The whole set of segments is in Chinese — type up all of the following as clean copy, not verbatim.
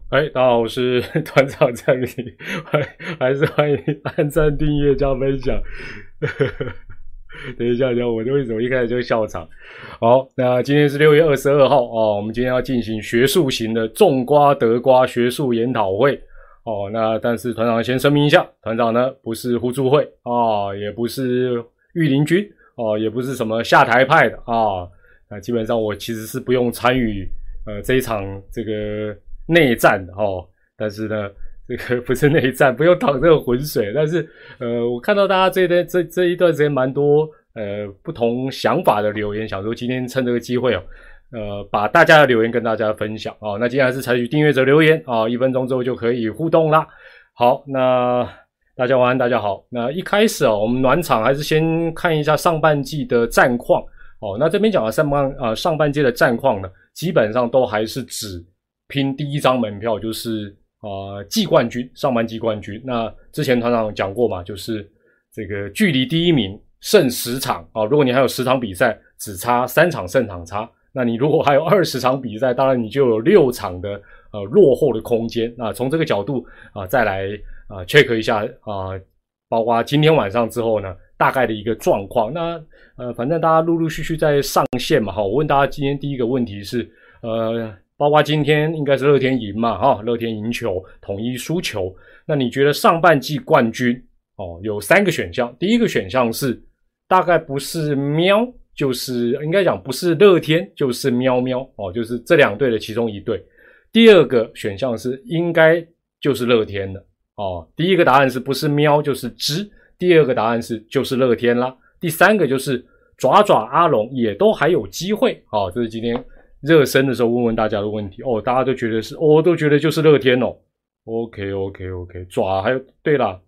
大家好，我是团长张宇，还是欢迎按赞、订阅加分享。等一下，我为什么一开始就笑场？好，那今天是6月22号哦，我们今天要进行学术型的种瓜得瓜学术研讨会哦。那但是团长先声明一下，团长呢不是互助会啊、也不是御林军哦、也不是什么下台派的啊。那基本上我其实是不用参与这一场这个内战哦，但是呢，这个不是内战，不用淌这个浑水。但是我看到大家这一段时间蛮多不同想法的留言，想说今天趁这个机会哦，把大家的留言跟大家分享哦。那今天还是采取订阅者留言啊，1分钟之后就可以互动啦。好，那大家晚安，大家好。那一开始我们暖场还是先看一下上半季的战况哦。那这边讲的上半季的战况呢，基本上都还是指拼第一张门票，就是季冠军，上半季冠军。那之前团长讲过嘛，就是这个距离第一名剩10场啊。如果你还有10场比赛，只差3场胜场差，那你如果还有20场比赛，当然你就有6场的落后的空间。那从这个角度再来check 一下包括今天晚上之后呢，大概的一个状况。那反正大家陆陆续续在上线嘛，我问大家今天第一个问题是包括今天应该是乐天赢嘛，乐天赢球，统一输球。那你觉得上半季冠军有3个选项？第一个选项是大概不是喵，就是应该讲不是乐天就是喵喵就是这2队的其中一队。第二个选项是应该就是乐天的第一个答案是不是喵就是之，第二个答案是就是乐天啦。第三个就是爪爪阿龙也都还有机会这是今天热身的时候问大家的问题大家都觉得是都觉得就是乐天OK 爪还有对啦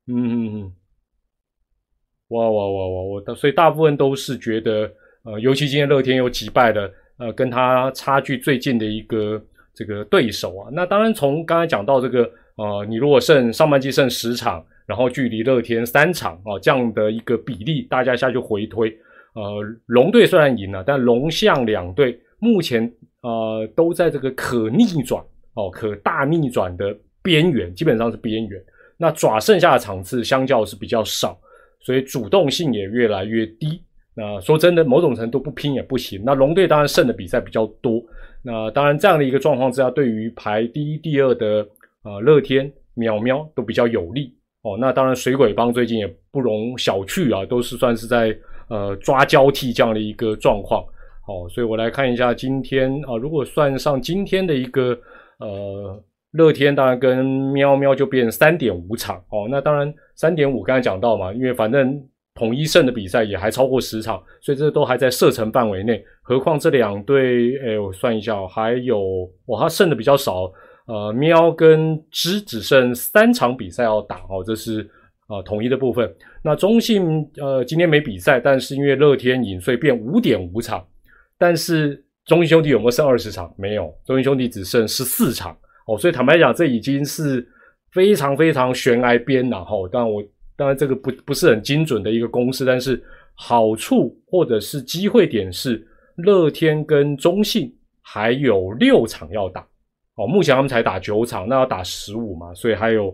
哇，所以大部分都是觉得尤其今天乐天有击败了跟他差距最近的一个这个对手那当然从刚才讲到这个你如果上半季剩10场，然后距离乐天3场这样的一个比例，大家下去回推龙队虽然赢了，但龙象2队目前都在这个可逆转可大逆转的边缘，基本上是边缘。那爪剩下的场次相较是比较少，所以主动性也越来越低。那说真的，某种程度不拼也不行。那龙队当然胜的比赛比较多，那当然这样的一个状况之下，对于排第1、第2的乐天、喵喵都比较有利那当然水鬼帮最近也不容小觑都是算是在抓交替这样的一个状况所以我来看一下今天如果算上今天的一个乐天当然跟喵喵就变 3.5 场那当然 3.5 刚才讲到嘛，因为反正统一胜的比赛也还超过10场，所以这都还在射程范围内。何况这2队我算一下还有他胜的比较少喵跟之只剩3场比赛要打这是统一的部分。那中信今天没比赛，但是因为乐天赢，所以变 5.5 场。但是中信兄弟有没有剩20场？没有，中信兄弟只剩14场所以坦白讲，这已经是非常非常悬崖边了当然这个不是很精准的一个公式，但是好处或者是机会点是乐天跟中信还有6场要打目前他们才打9场，那要打15嘛，所以还有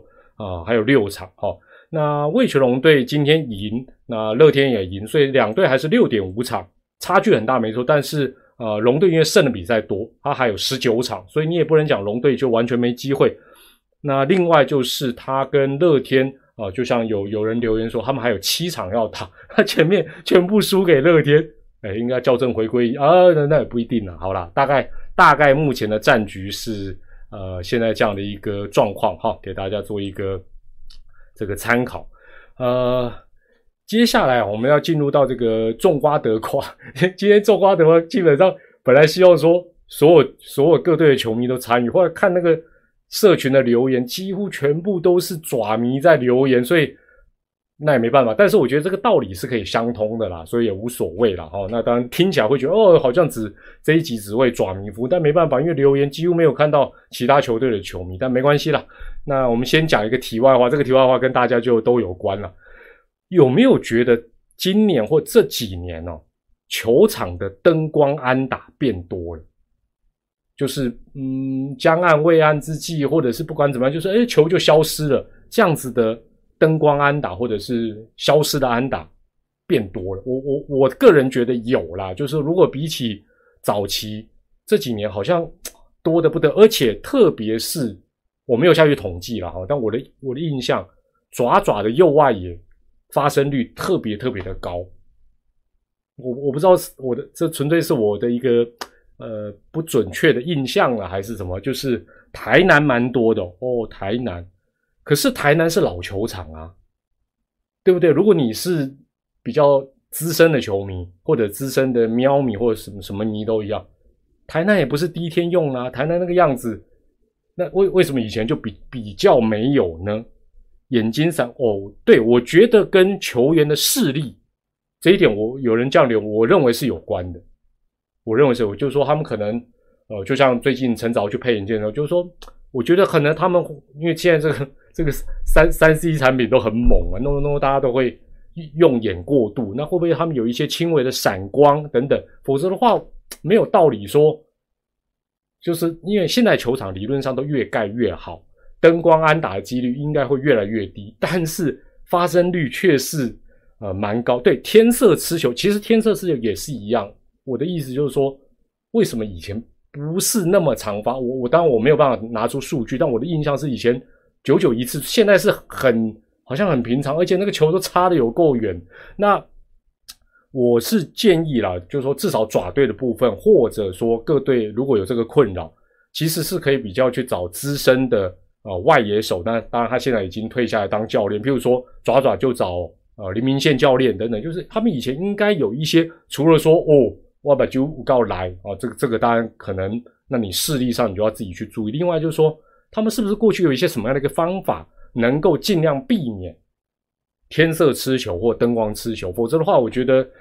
6场那味全龙队今天赢，那乐天也赢，所以2队还是 6.5 场，差距很大没错。但是龙队因为胜的比赛多，他还有19场，所以你也不能讲龙队就完全没机会。那另外就是他跟乐天就像有人留言说他们还有7场要打，他前面全部输给乐天应该校正回归那也不一定啦。好啦，大概目前的战局是现在这样的一个状况给大家做一个这个参考接下来我们要进入到这个种瓜得瓜今天种瓜得瓜基本上本来希望说所有各队的球迷都参与，后来看那个社群的留言几乎全部都是爪迷在留言，所以那也没办法。但是我觉得这个道理是可以相通的啦，所以也无所谓啦那当然听起来会觉得好像这一集只为爪迷服务，但没办法，因为留言几乎没有看到其他球队的球迷，但没关系啦。那我们先讲一个题外话，这个题外话跟大家就都有关了。有没有觉得今年或这几年球场的灯光安打变多了就是将暗未暗之际，或者是不管怎么样，就是球就消失了，这样子的灯光安打或者是消失的安打变多了。我个人觉得有啦，就是如果比起早期这几年好像多得不得，而且特别是我没有下去统计啦，但我的印象，爪的右外野发生率特别的高。我不知道这纯粹是我的一个不准确的印象了，还是什么？就是台南蛮多的台南，可是台南是老球场啊，对不对？如果你是比较资深的球迷，或者资深的喵迷，或者什么迷都一样，台南也不是第一天用啊，台南那个样子，那为什么以前就比较没有呢？眼睛闪对，我觉得跟球员的视力这一点，有人这样留，我认为是有关的。我认为是，就是说他们可能就像最近陈早去配眼镜的时候，就是说，我觉得可能他们因为现在这个三 C 产品都很猛啊，弄大家都会用眼过度，那会不会他们有一些轻微的闪光等等？否则的话，没有道理说，就是因为现在球场理论上都越盖越好，灯光安打的几率应该会越来越低，但是发生率却是蛮高。对，天色吃球，其实天色吃球也是一样。我的意思就是说，为什么以前不是那么常发？我当然我没有办法拿出数据，但我的印象是以前久一次，现在是好像很平常，而且那个球都差得有够远。那我是建议啦，就是说至少爪队的部分，或者说各队如果有这个困扰，其实是可以比较去找资深的外野手。那当然他现在已经退下来当教练，譬如说爪就找林明宪教练等等，就是他们以前应该有一些，除了说我把就告来这个当然可能，那你视力上你就要自己去注意。另外就是说，他们是不是过去有一些什么样的一个方法，能够尽量避免天色吃球或灯光吃球？否则的话，我觉得，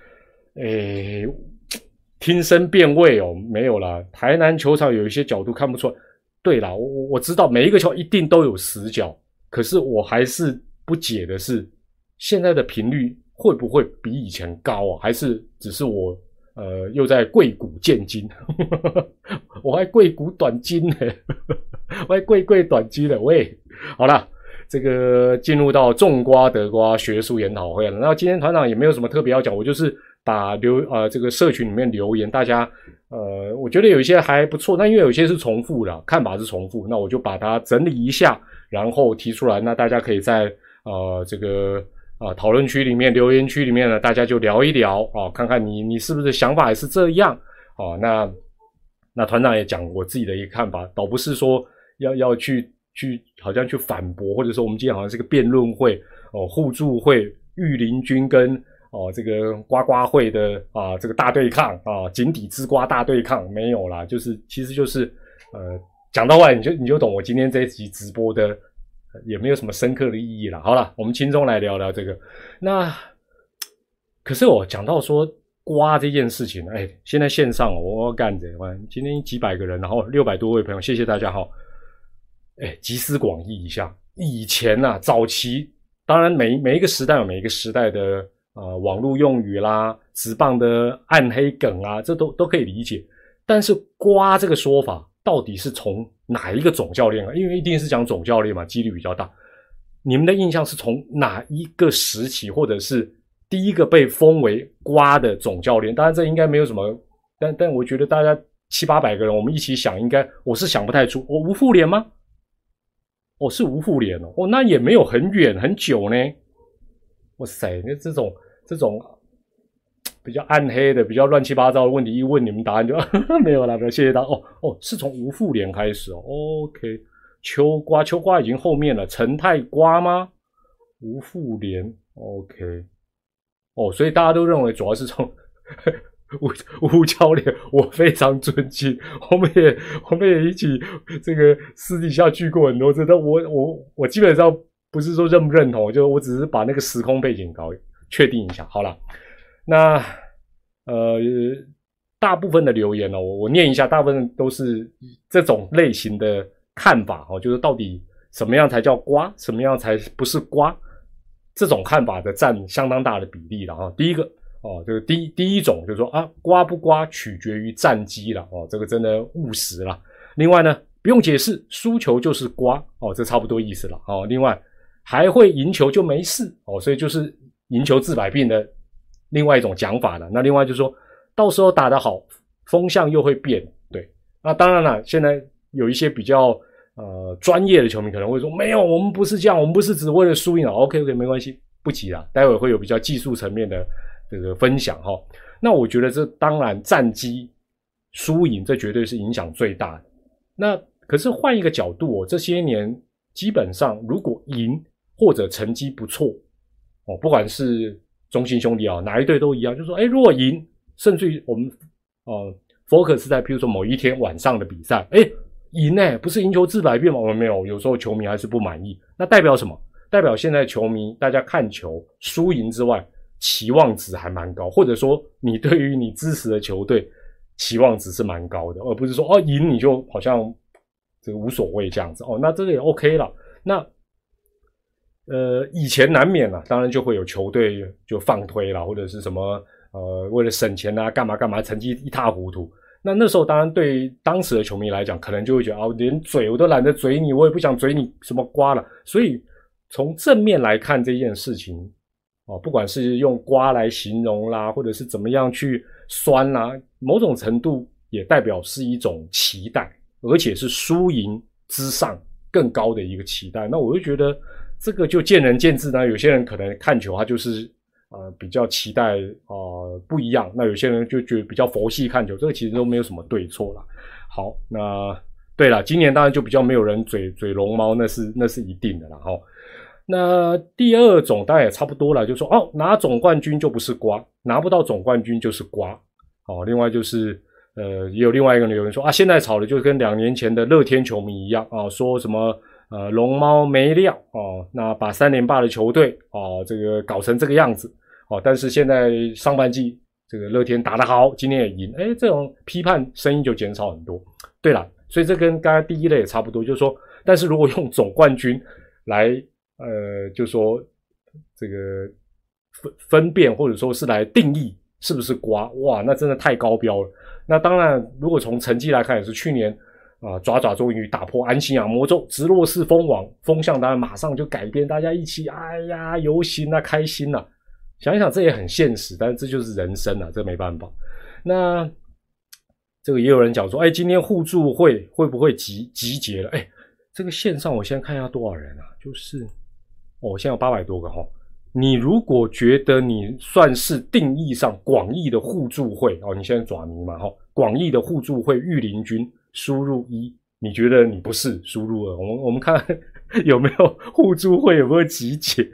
听声辨位没有啦。台南球场有一些角度看不出来。对啦，我知道每一个球一定都有死角，可是我还是不解的是，现在的频率会不会比以前高啊？还是只是我又在贵古见今？我还贵古短今呢，我还贵短今呢。喂，好啦，这个进入到种瓜得瓜学术研讨会了。那今天团长也没有什么特别要讲，我就是把这个社群里面留言，大家我觉得有一些还不错，那因为有些是重复的，看法是重复，那我就把它整理一下，然后提出来，那大家可以在这个讨论区里面、留言区里面呢，大家就聊一聊看看你是不是想法也是这样那团长也讲我自己的一个看法，倒不是说要去好像去反驳，或者说我们今天好像是个辩论会互助会，御林军跟这个呱呱会的这个大对抗井底之瓜大对抗没有啦，其实就是讲到外你就懂我今天这一集直播的也没有什么深刻的意义啦。好啦，我们轻松来聊聊这个。那可是我讲到说瓜这件事情，现在线上我要干着，今天几百个人，然后600多位朋友，谢谢大家哈。集思广益一下，以前早期当然每一个时代有每一个时代的网络用语啦，职棒的暗黑梗这都可以理解。但是瓜这个说法到底是从哪一个总教练因为一定是讲总教练嘛，几率比较大。你们的印象是从哪一个时期，或者是第一个被封为瓜的总教练？当然这应该没有什么，但我觉得大家700-800个人，我们一起想，应该我是想不太出。吴富连吗？是吴富连那也没有很远很久呢。哇塞，那这种比较暗黑的、比较乱七八糟的问题，一问你们答案就没有了，谢谢大家。是从吴富连开始OK， 秋瓜已经后面了，陈泰瓜吗？吴富连 OK， 所以大家都认为主要是从吴教练，我非常尊敬，我们也一起这个私底下聚过很多次，但我基本上不是说认不认同，就我只是把那个时空背景确定一下。好了，那大部分的留言我念一下，大部分都是这种类型的看法就是到底什么样才叫瓜，什么样才不是瓜，这种看法的占相当大的比例了第一个这个第一种就是说刮不刮取决于战绩啦，这个真的务实啦。另外呢，不用解释，输球就是刮这差不多意思了另外还会赢球就没事所以就是赢球治百病的另外一种讲法了。那另外就是说到时候打得好，风向又会变，对。那当然了，现在有一些比较专业的球迷可能会说，没有，我们不是这样，我们不是只为了输赢OK， 没关系，不急啦，待会会有比较技术层面的这个分享那我觉得这当然战绩输赢这绝对是影响最大的。那可是换一个角度这些年基本上如果赢或者成绩不错不管是中信兄弟哪一队都一样，就是说如果赢，甚至于我们focus 在譬如说某一天晚上的比赛赢不是赢球治百病吗？没有，有时候球迷还是不满意。那代表什么？代表现在球迷大家看球输赢之外期望值还蛮高，或者说你对于你支持的球队期望值是蛮高的，而不是说赢你就好像这个无所谓这样子那这个也 OK 了。那以前难免当然就会有球队就放推啦，或者是什么为了省钱干嘛干嘛，成绩一塌糊涂。那时候当然对当时的球迷来讲，可能就会觉得连嘴我都懒得嘴你，我也不想嘴你什么瓜了。所以从正面来看这件事情不管是用瓜来形容啦，或者是怎么样去酸啦，某种程度也代表是一种期待，而且是输赢之上更高的一个期待。那我就觉得这个就见仁见智呢，有些人可能看球他就是比较期待不一样，那有些人就觉得比较佛系看球，这个其实都没有什么对错啦。好，那对啦，今年当然就比较没有人嘴龙猫，那是一定的啦那第二种当然也差不多啦，就是说拿总冠军就不是刮，拿不到总冠军就是刮另外就是也有另外一个人有人说现在吵的就跟2年前的乐天球迷一样说什么龙猫没料那把3连霸的球队这个搞成这个样子但是现在上半季这个乐天打得好，今年也赢这种批判声音就减少很多。对啦，所以这跟刚才第一类也差不多，就是说但是如果用总冠军来就说这个分辨或者说是来定义是不是刮，哇那真的太高标了。那当然如果从成绩来看，也是去年爪爪终于打破安心亚魔咒，直落式封王，风向当然马上就改变，大家一起游行开心想一想这也很现实，但是这就是人生这没办法。那这个也有人讲说今天互助会会不会集结了这个线上我现在看一下多少人就是现在有800多个你如果觉得你算是定义上广义的互助会你现在爪迷嘛广义的互助会御林军输入1，你觉得你不是输入2，我们看有没有互助会有没有集结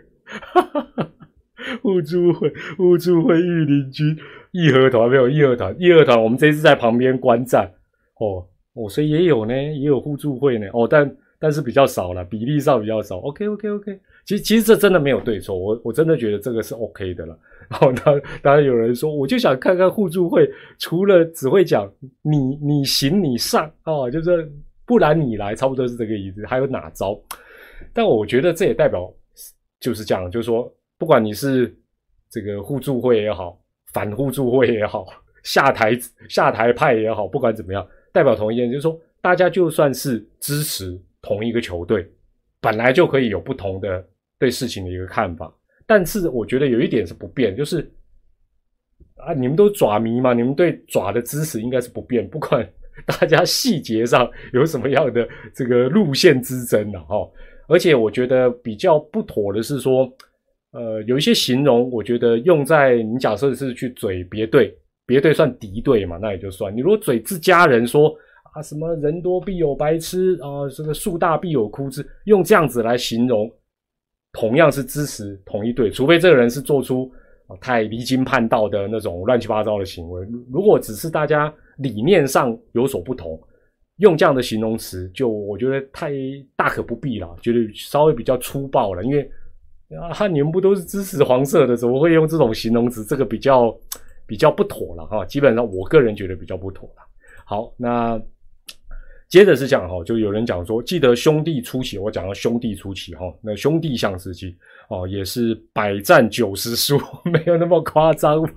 互助会御林军义和团没有，义和团我们这一次在旁边观战所以也有呢，也有互助会呢但是比较少啦，比例上比较少。OK， 其实这真的没有对错，我真的觉得这个是 OK 的啦。当然有人说，我就想看看互助会，除了只会讲你行你上就是不然你来，差不多是这个意思，还有哪招？但我觉得这也代表就是这样，就是说不管你是这个互助会也好，反互助会也好，下台派也好，不管怎么样，代表同一件，就是说大家就算是支持同一个球队，本来就可以有不同的对事情的一个看法，但是我觉得有一点是不变，就是你们都爪迷嘛，你们对爪的支持应该是不变，不管大家细节上有什么样的这个路线之争而且我觉得比较不妥的是说有一些形容我觉得用在你假设是去嘴别队算敌对嘛，那也就算，你如果嘴自家人说什么人多必有白痴这个树大必有枯枝，用这样子来形容同样是支持同一队，除非这个人是做出太离经叛道的那种乱七八糟的行为，如果只是大家理念上有所不同，用这样的形容词就我觉得太大可不必了，觉得稍微比较粗暴了，因为你们不都是支持黄色的，怎么会用这种形容词，这个比较不妥了基本上我个人觉得比较不妥了。好，那接着是这样就有人讲说记得兄弟初期，我讲到兄弟初期那兄弟象时期也是100战90输没有那么夸张吧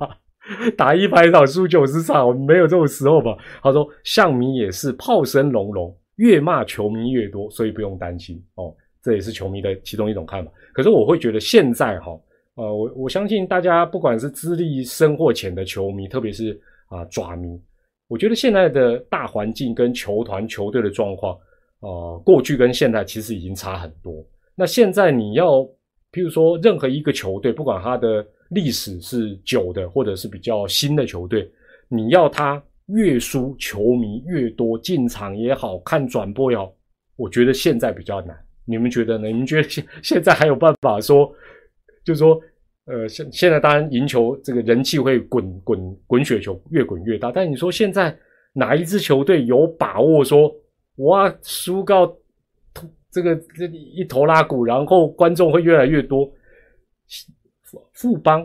打100场输90场，我们没有这种时候吧？他说象迷也是炮声隆隆，越骂球迷越多，所以不用担心哦。这也是球迷的其中一种看法。可是我会觉得现在我相信大家不管是资历深或浅的球迷，特别是爪迷，我觉得现在的大环境跟球团球队的状况，过去跟现在其实已经差很多。那现在你要，譬如说任何一个球队，不管它的历史是久的，或者是比较新的球队，你要他越输球迷越多，进场也好看转播也好，我觉得现在比较难。你们觉得呢？你们觉得现在还有办法说，就是说，现在当然赢球这个人气会滚雪球越滚越大，但你说现在哪一支球队有把握说，哇，输到这一头拉骨，然后观众会越来越多？富邦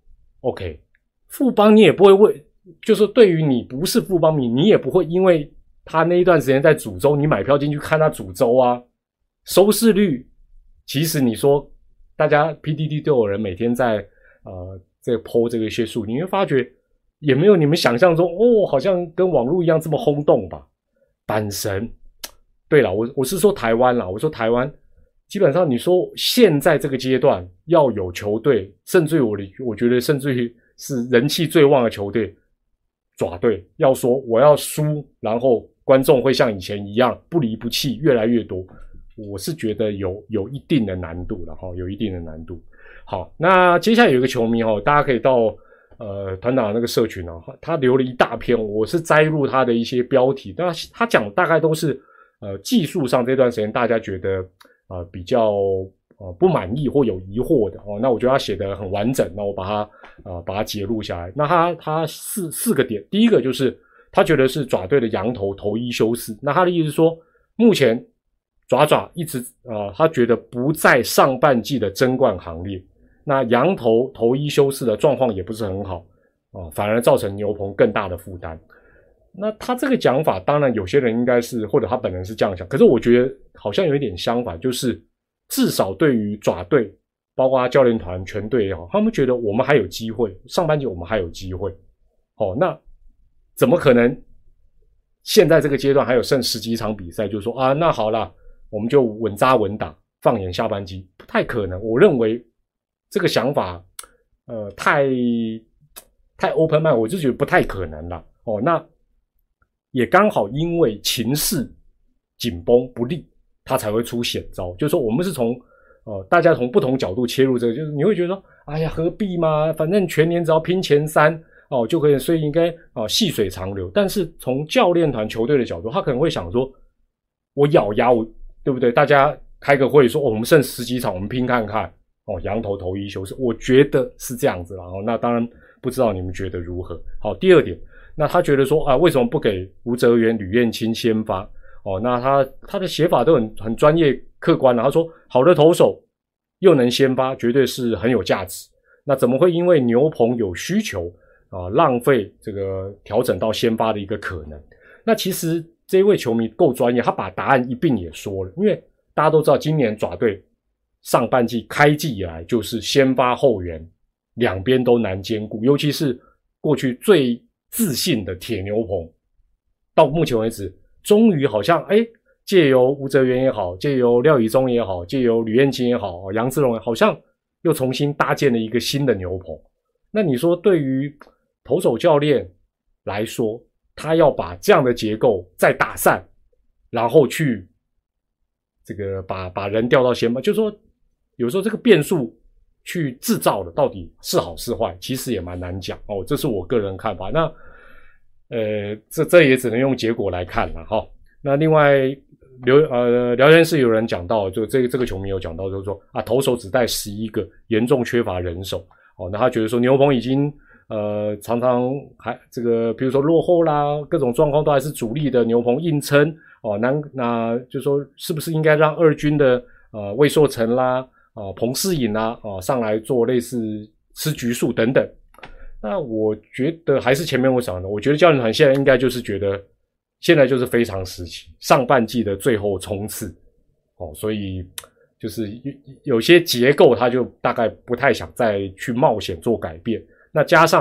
，OK， 富邦你也不会为，就是对于你不是富邦迷，你也不会因为他那一段时间在主州，你买票进去看他主州啊。收视率，其实你说大家 PTT 都有人每天在这个 po 这个一些数，你会发觉也没有你们想象中好像跟网络一样这么轰动吧。阪神，对了，我是说台湾啦，我说台湾基本上你说现在这个阶段要有球队，甚至于我觉得甚至于是人气最旺的球队，爪队要说我要输，然后观众会像以前一样不离不弃，越来越多。我是觉得有一定的难度了有一定的难度。好，那接下来有一个球迷大家可以到团长的那个社群他留了一大篇，我是摘录他的一些标题，但他讲大概都是技术上这段时间大家觉得比较不满意或有疑惑的那我觉得他写得很完整，那我把它截录下来。那他四个点，第一个就是他觉得是爪队的洋投一休四，那他的意思是说目前爪一直他觉得不在上半季的争冠行列，那洋投一休四的状况也不是很好反而造成牛棚更大的负担。那他这个讲法，当然有些人应该是或者他本人是这样想，可是我觉得好像有一点相反，就是至少对于爪队，包括他教练团全队也好，他们觉得我们还有机会，上半季我们还有机会那怎么可能现在这个阶段还有剩10几场比赛就说那好啦，我们就稳扎稳打，放眼下半季，不太可能。我认为这个想法，太 open mind， 我就觉得不太可能了。那也刚好因为情势紧绷不利，他才会出险招。就是说，我们是从大家从不同角度切入这个，就是你会觉得说，哎呀，何必嘛？反正全年只要拼前3就可以，所以应该细水长流。但是从教练团球队的角度，他可能会想说，我咬牙对不对？大家开个会说我们剩10几场，我们拼看看洋投一休四，我觉得是这样子啦那当然不知道你们觉得如何。好，第二点，那他觉得说为什么不给吴哲源、吕彦青先发那他的写法都很专业客观他说好的投手又能先发，绝对是很有价值。那怎么会因为牛棚有需求浪费这个调整到先发的一个可能？那其实这一位球迷够专业，他把答案一并也说了。因为大家都知道，今年爪队上半季开季以来就是先发后援两边都难兼顾，尤其是过去最自信的铁牛棚，到目前为止，终于好像借由吴哲源也好，借由廖以中也好，借由吕彦青也好，杨志荣好像又重新搭建了一个新的牛棚。那你说对于投手教练来说，他要把这样的结构再打散，然后去这个把人调到先发，就是说有时候这个变数去制造的到底是好是坏，其实也蛮难讲这是我个人看法。那这也只能用结果来看了那另外聊天室有人讲到，就这个球迷有讲到，就是说投手只带11个，严重缺乏人手那他觉得说牛棚已经常常还这个比如说落后啦，各种状况都还是主力的牛棚硬撑那就说是不是应该让二军的魏硕成啦彭世颖啦上来做类似吃局数等等。那我觉得还是前面我讲的，我觉得教练团现在应该就是觉得现在就是非常时期，上半季的最后冲刺所以就是有些结构他就大概不太想再去冒险做改变。那加上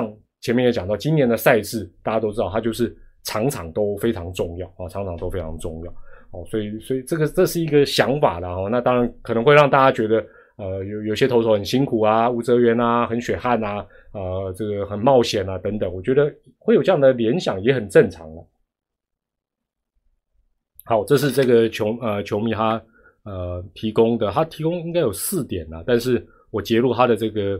前面也讲到，今年的赛事大家都知道，它就是场场都非常重要啊，场场都非常重要哦，所以这是一个想法啦哦，那当然可能会让大家觉得有些投手很辛苦啊，吴哲源啊很血汗啊，这个很冒险啊等等，我觉得会有这样的联想也很正常了。好，这是这个球迷他提供的，他提供应该有4点啦，但是我截录他的这个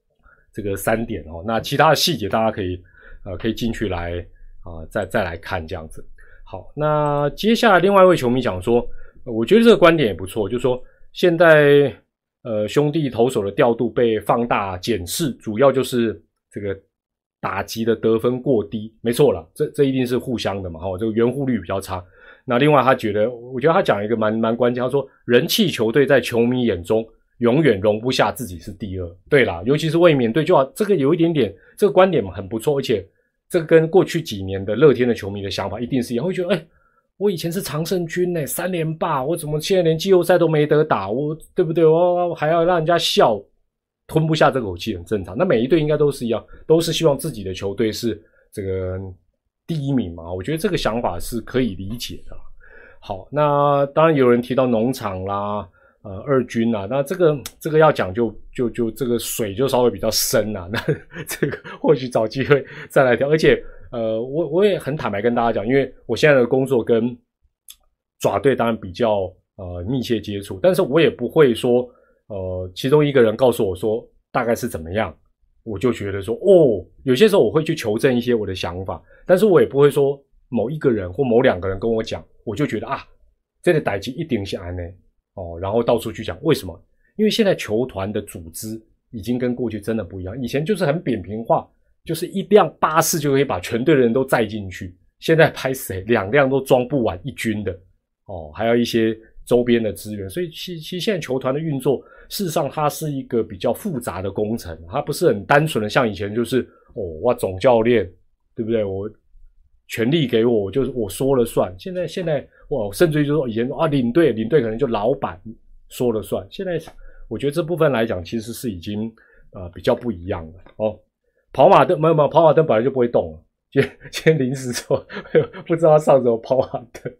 3点哦，那其他的细节大家可以进去来再来看这样子。好，那接下来另外一位球迷讲说，我觉得这个观点也不错，就是说现在兄弟投手的调度被放大检视，主要就是这个打击的得分过低，没错啦，这一定是互相的嘛，这个援护率比较差。那另外我觉得他讲一个蛮关键，他说人气球队在球迷眼中永远容不下自己是第二。对啦，尤其是卫冕队就好，这个有一点点这个观点很不错，而且这个跟过去几年的乐天的球迷的想法一定是一样，会觉得我以前是常胜军3连霸，我怎么现在连季后赛都没得打，对不对？我还要让人家笑，吞不下这口气很正常。那每一队应该都是一样，都是希望自己的球队是这个第一名嘛，我觉得这个想法是可以理解的。好，那当然有人提到农场啦，二军啦，那这个要讲就这个水就稍微比较深啦，那这个或许找机会再来聊。而且我也很坦白跟大家讲，因为我现在的工作跟爪队当然比较密切接触，但是我也不会说其中一个人告诉我说大概是怎么样，我就觉得说有些时候我会去求证一些我的想法，但是我也不会说某一个人或某2个人跟我讲，我就觉得这个代志一定是这样然后到处去讲。为什么？因为现在球团的组织已经跟过去真的不一样，以前就是很扁平化，就是一辆巴士就可以把全队的人都载进去，现在拍谁2辆都装不完一军的还有一些周边的资源，所以其实现在球团的运作事实上它是一个比较复杂的工程，它不是很单纯的像以前就是我总教练对不对，我权力给我就是我说了算。现在甚至于就是说以前领队可能就老板说了算，现在我觉得这部分来讲其实是已经比较不一样了跑马灯没有跑马灯本来就不会动了，今天临时说不知道上什么跑马灯。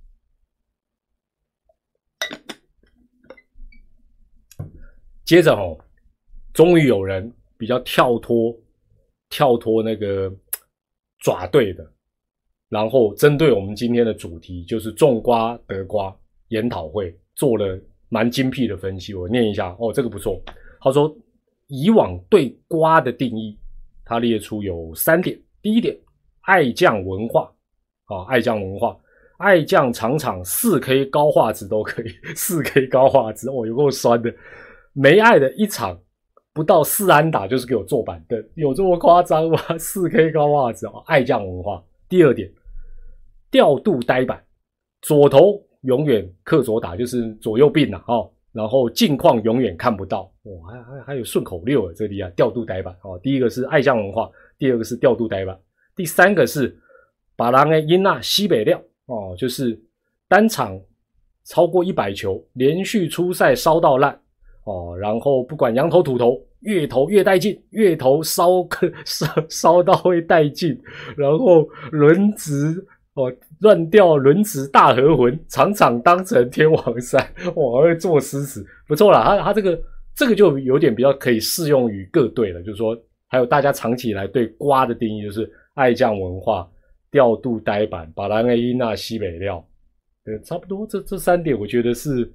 接着终于有人比较跳脱那个爪队的，然后针对我们今天的主题就是种瓜得瓜研讨会做了蛮精辟的分析，我念一下这个不错。他说以往对瓜的定义他列出有3点。第一点，爱将文化爱将文化，爱将场场 4K 高画质都可以，4K 高画质有够酸的，没爱的一场不到4安打就是给我坐板凳，有这么夸张吗？ 4K 高画质爱将文化。第二点，调度呆板，左投永远克左打，就是左右并然后近况永远看不到还有顺口溜这里调度呆板第一个是爱将文化，第二个是调度呆板，第3个是把人的囡仔西北料就是单场超过100球，连续出赛烧到烂然后不管洋投土投，越投越带劲，越投烧到会带劲，然后轮值乱掉轮值大和魂，场场当成天王山会做狮子，不错啦。他这个就有点比较可以适用于各队了，就是说还有大家长期以来对瓜的定义就是爱将文化，调度呆板，把人的囡仔西北料，差不多这3点我觉得是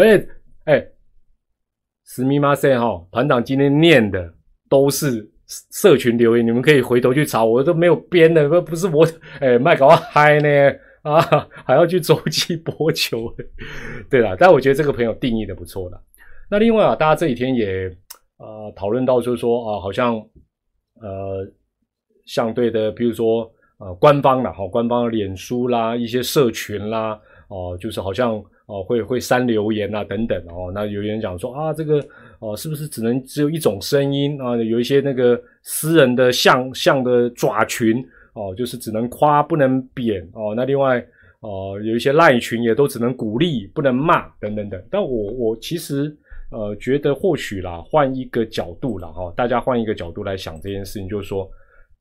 すみません团长今天念的都是社群留言，你们可以回头去查，我都没有编的，不是我麦搞嗨呢还要去洲际播球对啦，但我觉得这个朋友定义的不错啦。那另外大家这几天也讨论到就是说好像相对的比如说官方啦官方的脸书啦，一些社群啦就是好像会删留言等等那有人讲说这个是不是只有一种声音有一些那个私人的像的爪群就是只能夸不能贬那另外有一些赖群也都只能鼓励不能骂等等等。但我其实觉得或许啦换一个角度啦大家换一个角度来想这件事情，就是说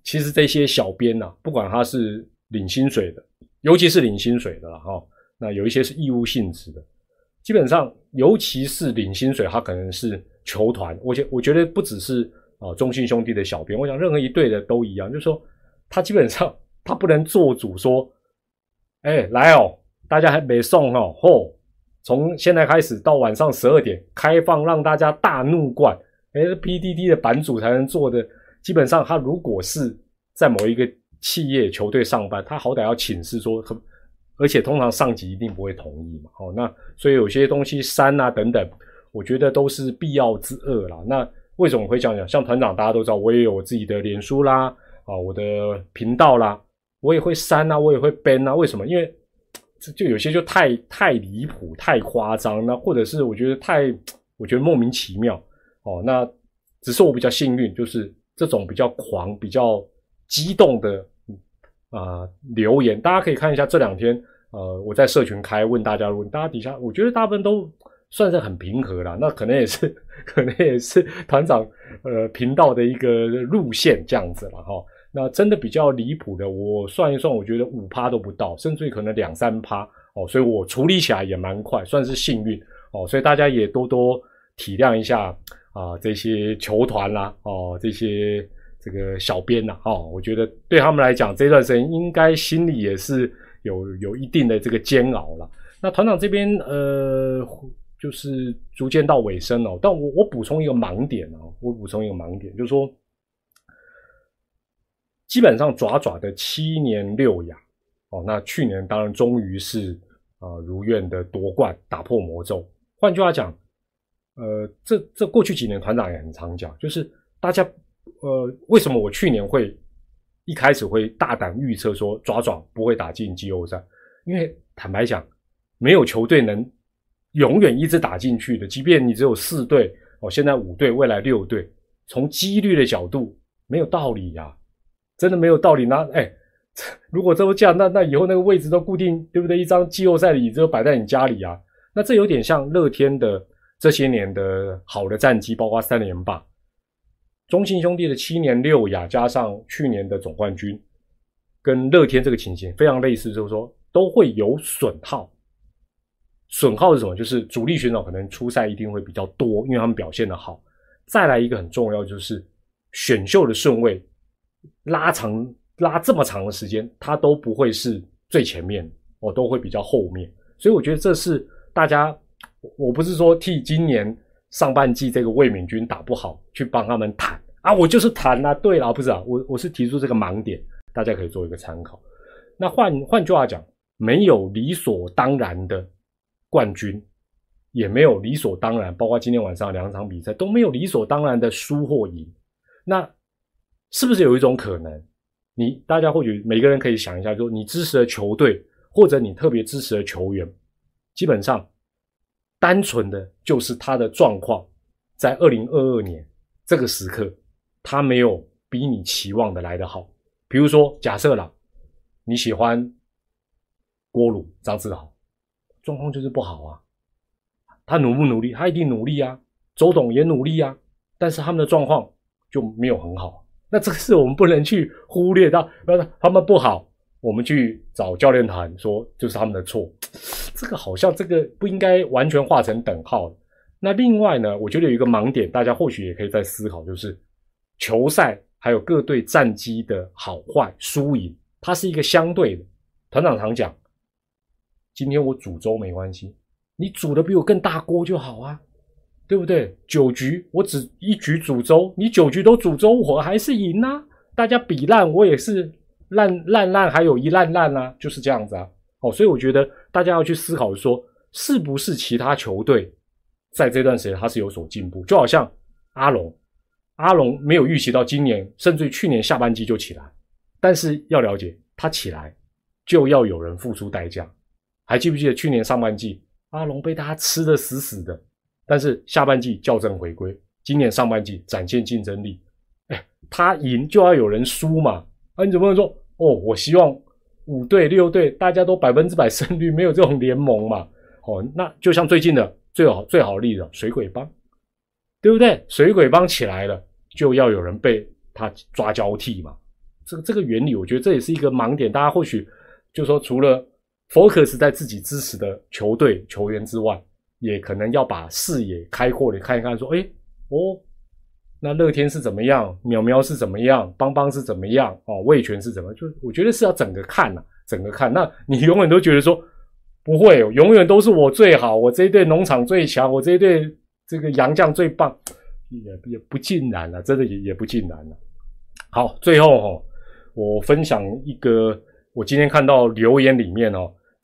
其实这些小编啊，不管他是领薪水的，尤其是领薪水的啦那有一些是义务性质的，基本上尤其是领薪水，他可能是球团，我觉得不只是中信兄弟的小编，我想任何一队的都一样，就是说他基本上他不能做主说，来大家还没送从现在开始到晚上12点开放让大家大怒灌，PTT 的版主才能做的。基本上他如果是在某一个企业球队上班，他好歹要请示说，而且通常上级一定不会同意嘛。那所以有些东西删啊等等，我觉得都是必要之恶啦。那为什么会这样讲？像团长大家都知道，我也有我自己的脸书啦，我的频道啦，我也会删啊，我也会 ban 啊。为什么？因为就有些就太离谱、太夸张，那或者是我觉得莫名其妙那只是我比较幸运，就是这种比较狂、比较激动的留言，大家可以看一下这2天我在社群问大家问，大家底下我觉得大部分都算是很平和啦，那可能也是团长频道的一个路线这样子啦那真的比较离谱的，我算一算，我觉得5%都不到，甚至于可能2-3%所以我处理起来也蛮快，算是幸运所以大家也多多体谅一下这些球团啦这些这个小编啦我觉得对他们来讲这段时间应该心里也是有一定的这个煎熬啦。那团长这边就是逐渐到尾声但我补充一个盲点就是说基本上爪的7年6亚那去年当然终于是如愿的夺冠，打破魔咒。换句话讲这过去几年团长也很常讲，就是大家为什么我去年一开始会大胆预测说爪不会打进季后赛，因为坦白讲没有球队能永远一直打进去的，即便你只有4队现在5队未来6队，从几率的角度没有道理真的没有道理。如果都这样，那以后那个位置都固定，对不对？一张季后赛的椅子都摆在你家里那这有点像乐天的这些年的好的战绩，包括3连霸，中信兄弟的7年6亚，加上去年的总冠军，跟乐天这个情形非常类似，就是说都会有损耗。损耗是什么？就是主力选手可能出赛一定会比较多，因为他们表现得好。再来一个很重要，就是选秀的顺位拉这么长的时间，它都不会是最前面都会比较后面。所以我觉得这是大家，我不是说替今年上半季这个卫冕军打不好去帮他们谈我就是谈对啦，不是我是提出这个盲点，大家可以做一个参考。那换句话讲，没有理所当然的冠军，也没有理所当然，包括今天晚上2场比赛都没有理所当然的输或赢。那是不是有一种可能，大家或许每个人可以想一下，说你支持的球队或者你特别支持的球员，基本上单纯的就是他的状况在2022年这个时刻他没有比你期望的来得好。比如说假设啦，你喜欢郭鲁张志豪，状况就是不好他努不努力？他一定努力周董也努力但是他们的状况就没有很好。那这个是我们不能去忽略到他们不好，我们去找教练团说就是他们的错，这个好像这个不应该完全画成等号。那另外呢，我觉得有一个盲点，大家或许也可以再思考，就是球赛还有各队战绩的好坏输赢，它是一个相对的。团长常讲，今天我煮粥没关系，你煮的比我更大锅就好对不对？9局我只1局煮粥，你9局都煮粥，我还是赢大家比烂，我也是烂还有一烂就是这样子所以我觉得大家要去思考说，是不是其他球队在这段时间他是有所进步。就好像阿龙没有预期到今年甚至于去年下半季就起来，但是要了解他起来就要有人付出代价。还记不记得去年上半季阿龙被大家吃得死死的，但是下半季校正回归，今年上半季展现竞争力，他赢就要有人输嘛。你怎么能说我希望5队6队大家都100%胜率，没有这种联盟嘛？那就像最近的最好的例子，水鬼帮，对不对？水鬼帮起来了，就要有人被他抓交替嘛。 这个原理，我觉得这也是一个盲点。大家或许就是说，除了 focus 在自己支持的球队球员之外，也可能要把视野开阔的看一看，说，那乐天是怎么样，苗苗是怎么样，邦邦是怎么样，味全是怎么样，就我觉得是要整个看。那你永远都觉得说不会，永远都是我最好，我这一队农场最强，我这一队这个洋将最棒，也不尽然了，真的也不尽然了。好，最后我分享一个我今天看到留言里面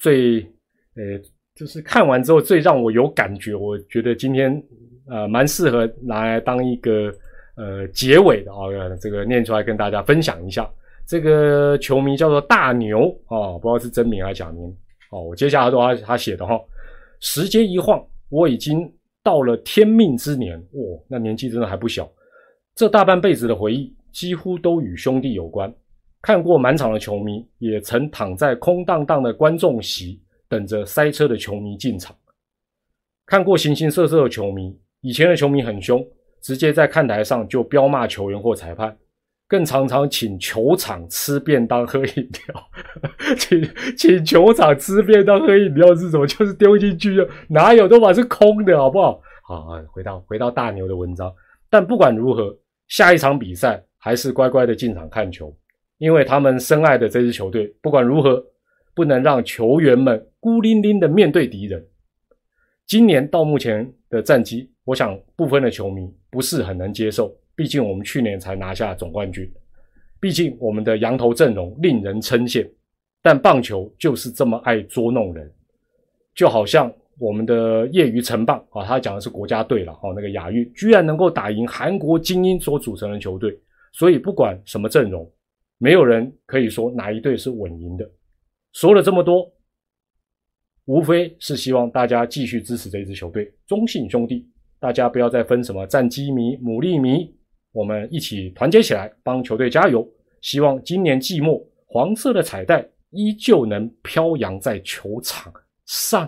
就是看完之后最让我有感觉，我觉得今天蛮适合拿来当一个结尾的这个念出来跟大家分享一下。这个球迷叫做大牛不知道是真名还是假名我接下来都他写的时间一晃，我已经到了天命之年，那年纪真的还不小。这大半辈子的回忆几乎都与兄弟有关。看过满场的球迷，也曾躺在空荡荡的观众席等着塞车的球迷进场。看过形形色色的球迷，以前的球迷很凶，直接在看台上就彪骂球员或裁判，更常常请球场吃便当喝饮料。请球场吃便当喝饮料是什么？就是丢进去就哪有，都把是空的好不好？好，回到大牛的文章。但不管如何，下一场比赛还是乖乖的进场看球，因为他们深爱的这支球队不管如何不能让球员们孤零零的面对敌人。今年到目前的战绩，我想部分的球迷不是很能接受，毕竟我们去年才拿下总冠军，毕竟我们的洋头阵容令人称羡，但棒球就是这么爱捉弄人。就好像我们的业余成棒他讲的是国家队了那个亚运居然能够打赢韩国精英所组成的球队，所以不管什么阵容，没有人可以说哪一队是稳赢的。说了这么多，无非是希望大家继续支持这支球队，中信兄弟，大家不要再分什么战机迷、牡蛎迷，我们一起团结起来帮球队加油。希望今年季末黄色的彩带依旧能飘扬在球场上。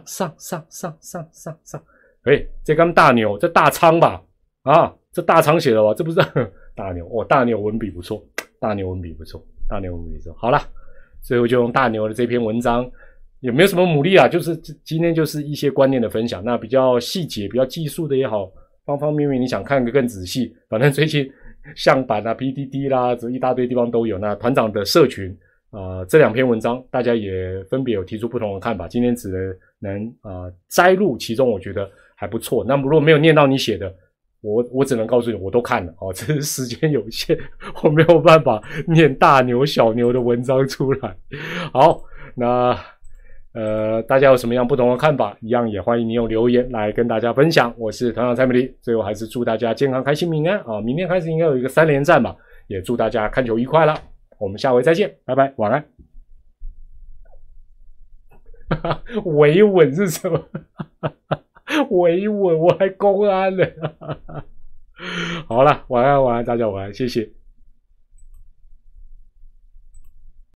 这刚大牛，这大仓吧这大仓写的吧？这不是大牛大牛文笔不错，大牛文笔不错。好啦，最后就用大牛的这篇文章，也没有什么牡蛎就是今天就是一些观念的分享，那比较细节比较技术的也好，方方面面你想看个更仔细，反正最近象板PDD 啦，这一大堆地方都有。那团长的社群这两篇文章大家也分别有提出不同的看法，今天只能摘录其中我觉得还不错。那么如果没有念到你写的，我只能告诉你我都看了这是时间有限，我没有办法念大牛小牛的文章出来。好，那大家有什么样不同的看法，一样也欢迎你用留言来跟大家分享。我是团长蔡美丽，最后还是祝大家健康开心平安明天开始应该有一个3连战吧，也祝大家看球愉快啦，我们下回再见，拜拜，晚安。维稳是什么？维稳，我还公安了。好了，晚安，大家晚安，谢谢。